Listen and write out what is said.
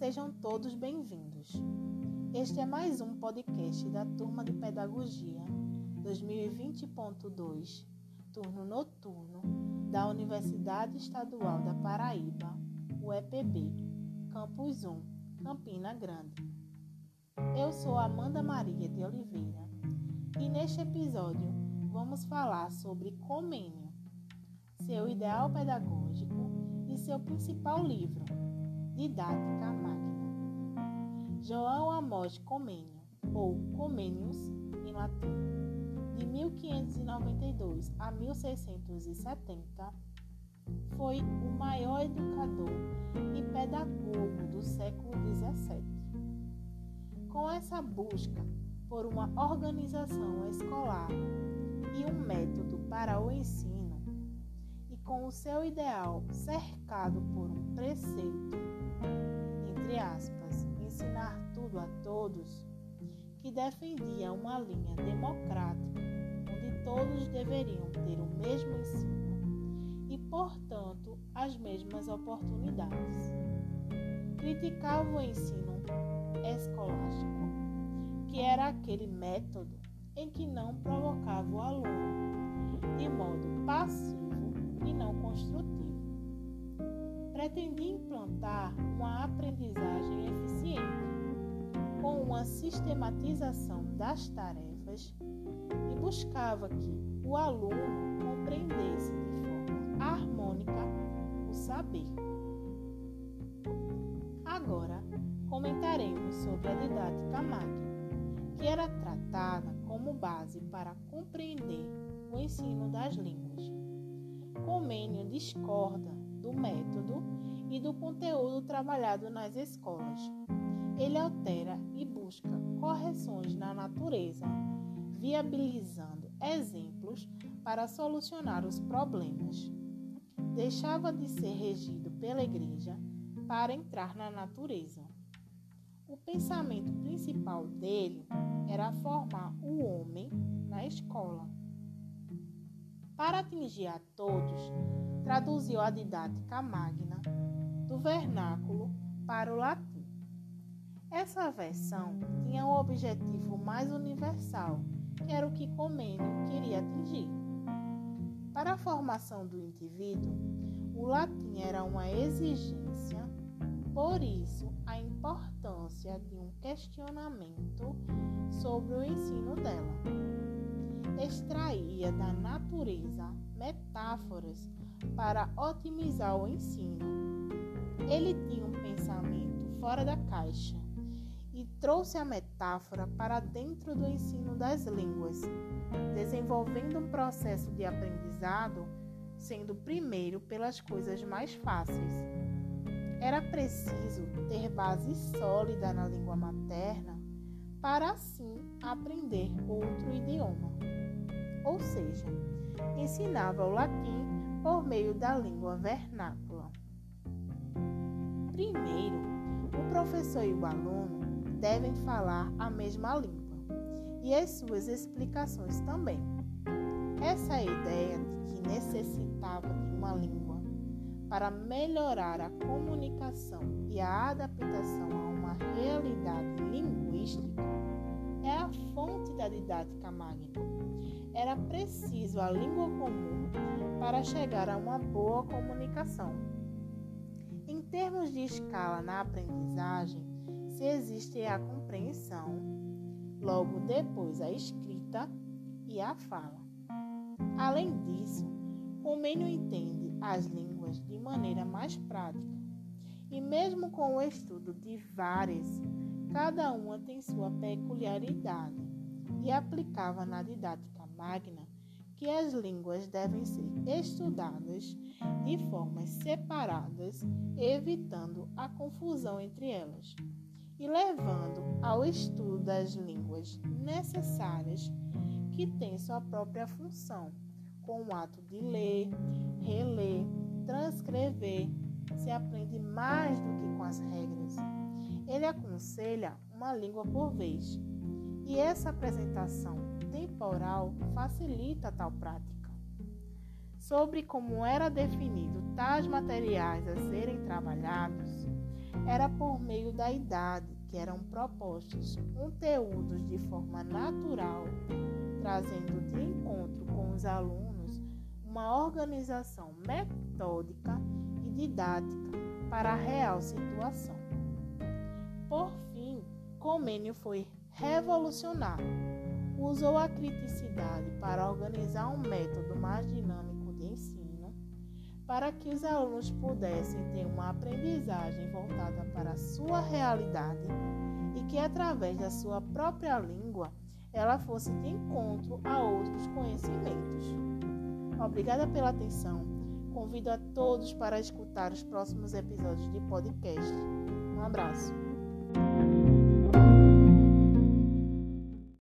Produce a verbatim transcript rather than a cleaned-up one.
Sejam todos bem-vindos. Este é mais um podcast da Turma de Pedagogia dois mil e vinte ponto dois, turno noturno da Universidade Estadual da Paraíba, U E P B, Campus um, Campina Grande. Eu sou Amanda Maria de Oliveira e neste episódio vamos falar sobre Comênio, seu ideal pedagógico e seu principal livro, Didática Magna. João Amós Comênio, ou Comenius em latim, de mil quinhentos e noventa e dois a mil seiscentos e setenta, foi o maior educador e pedagogo do século dezessete. Com essa busca por uma organização escolar e um método para o ensino, e com o seu ideal cercado por um preceito, entre aspas, ensinar tudo a todos, que defendia uma linha democrática, onde todos deveriam ter o mesmo ensino e, portanto, as mesmas oportunidades. Criticava o ensino escolástico, que era aquele método em que não provocava o aluno de modo passivo e não construtivo. Pretendia implantar uma aprendizagem eficiente, com uma sistematização das tarefas, e buscava que o aluno compreendesse de forma harmônica o saber. Agora, comentaremos sobre a didática magna, que era tratada como base para compreender o ensino das línguas. Comênio discorda do método e do conteúdo trabalhado nas escolas. Ele altera e busca correções na natureza, viabilizando exemplos para solucionar os problemas. Deixava de ser regido pela igreja para entrar na natureza. O pensamento principal dele era formar o homem na escola. Para atingir a todos, traduziu a didática magna do vernáculo para o latim. Essa versão tinha um objetivo mais universal, que era o que Comênio queria atingir. Para a formação do indivíduo, o latim era uma exigência, por isso a importância de um questionamento sobre o ensino dela. Extraía da natureza metáforas para otimizar o ensino. Ele tinha um pensamento fora da caixa e trouxe a metáfora para dentro do ensino das línguas, desenvolvendo um processo de aprendizado, sendo primeiro pelas coisas mais fáceis. Era preciso ter base sólida na língua materna para assim aprender outro idioma. Ou seja, ensinava o latim por meio da língua vernácula. Primeiro, o professor e o aluno devem falar a mesma língua e as suas explicações também. Essa ideia de que necessitava de uma língua para melhorar a comunicação e a adaptação a uma realidade linguística é a fonte da didática magna. Era preciso a língua comum para chegar a uma boa comunicação. Em termos de escala na aprendizagem, se existe a compreensão, logo depois a escrita e a fala. Além disso, Comênio entende as línguas de maneira mais prática, e mesmo com o estudo de várias, cada uma tem sua peculiaridade, e aplicava na didática magna que as línguas devem ser estudadas de formas separadas, evitando a confusão entre elas, e levando ao estudo das línguas necessárias, que têm sua própria função, com o ato de ler, reler, transcrever, se aprende mais do que com as regras. Ele aconselha uma língua por vez, e essa apresentação temporal facilita tal prática. Sobre como era definido tais materiais a serem trabalhados, era por meio da idade que eram propostos conteúdos de forma natural, trazendo de encontro com os alunos uma organização metódica e didática para a real situação. Por fim, Comênio foi revolucionário. Usou a criticidade para organizar um método mais dinâmico de ensino, para que os alunos pudessem ter uma aprendizagem voltada para a sua realidade e que, através da sua própria língua, ela fosse de encontro a outros conhecimentos. Obrigada pela atenção. Convido a todos para escutar os próximos episódios de podcast. Um abraço.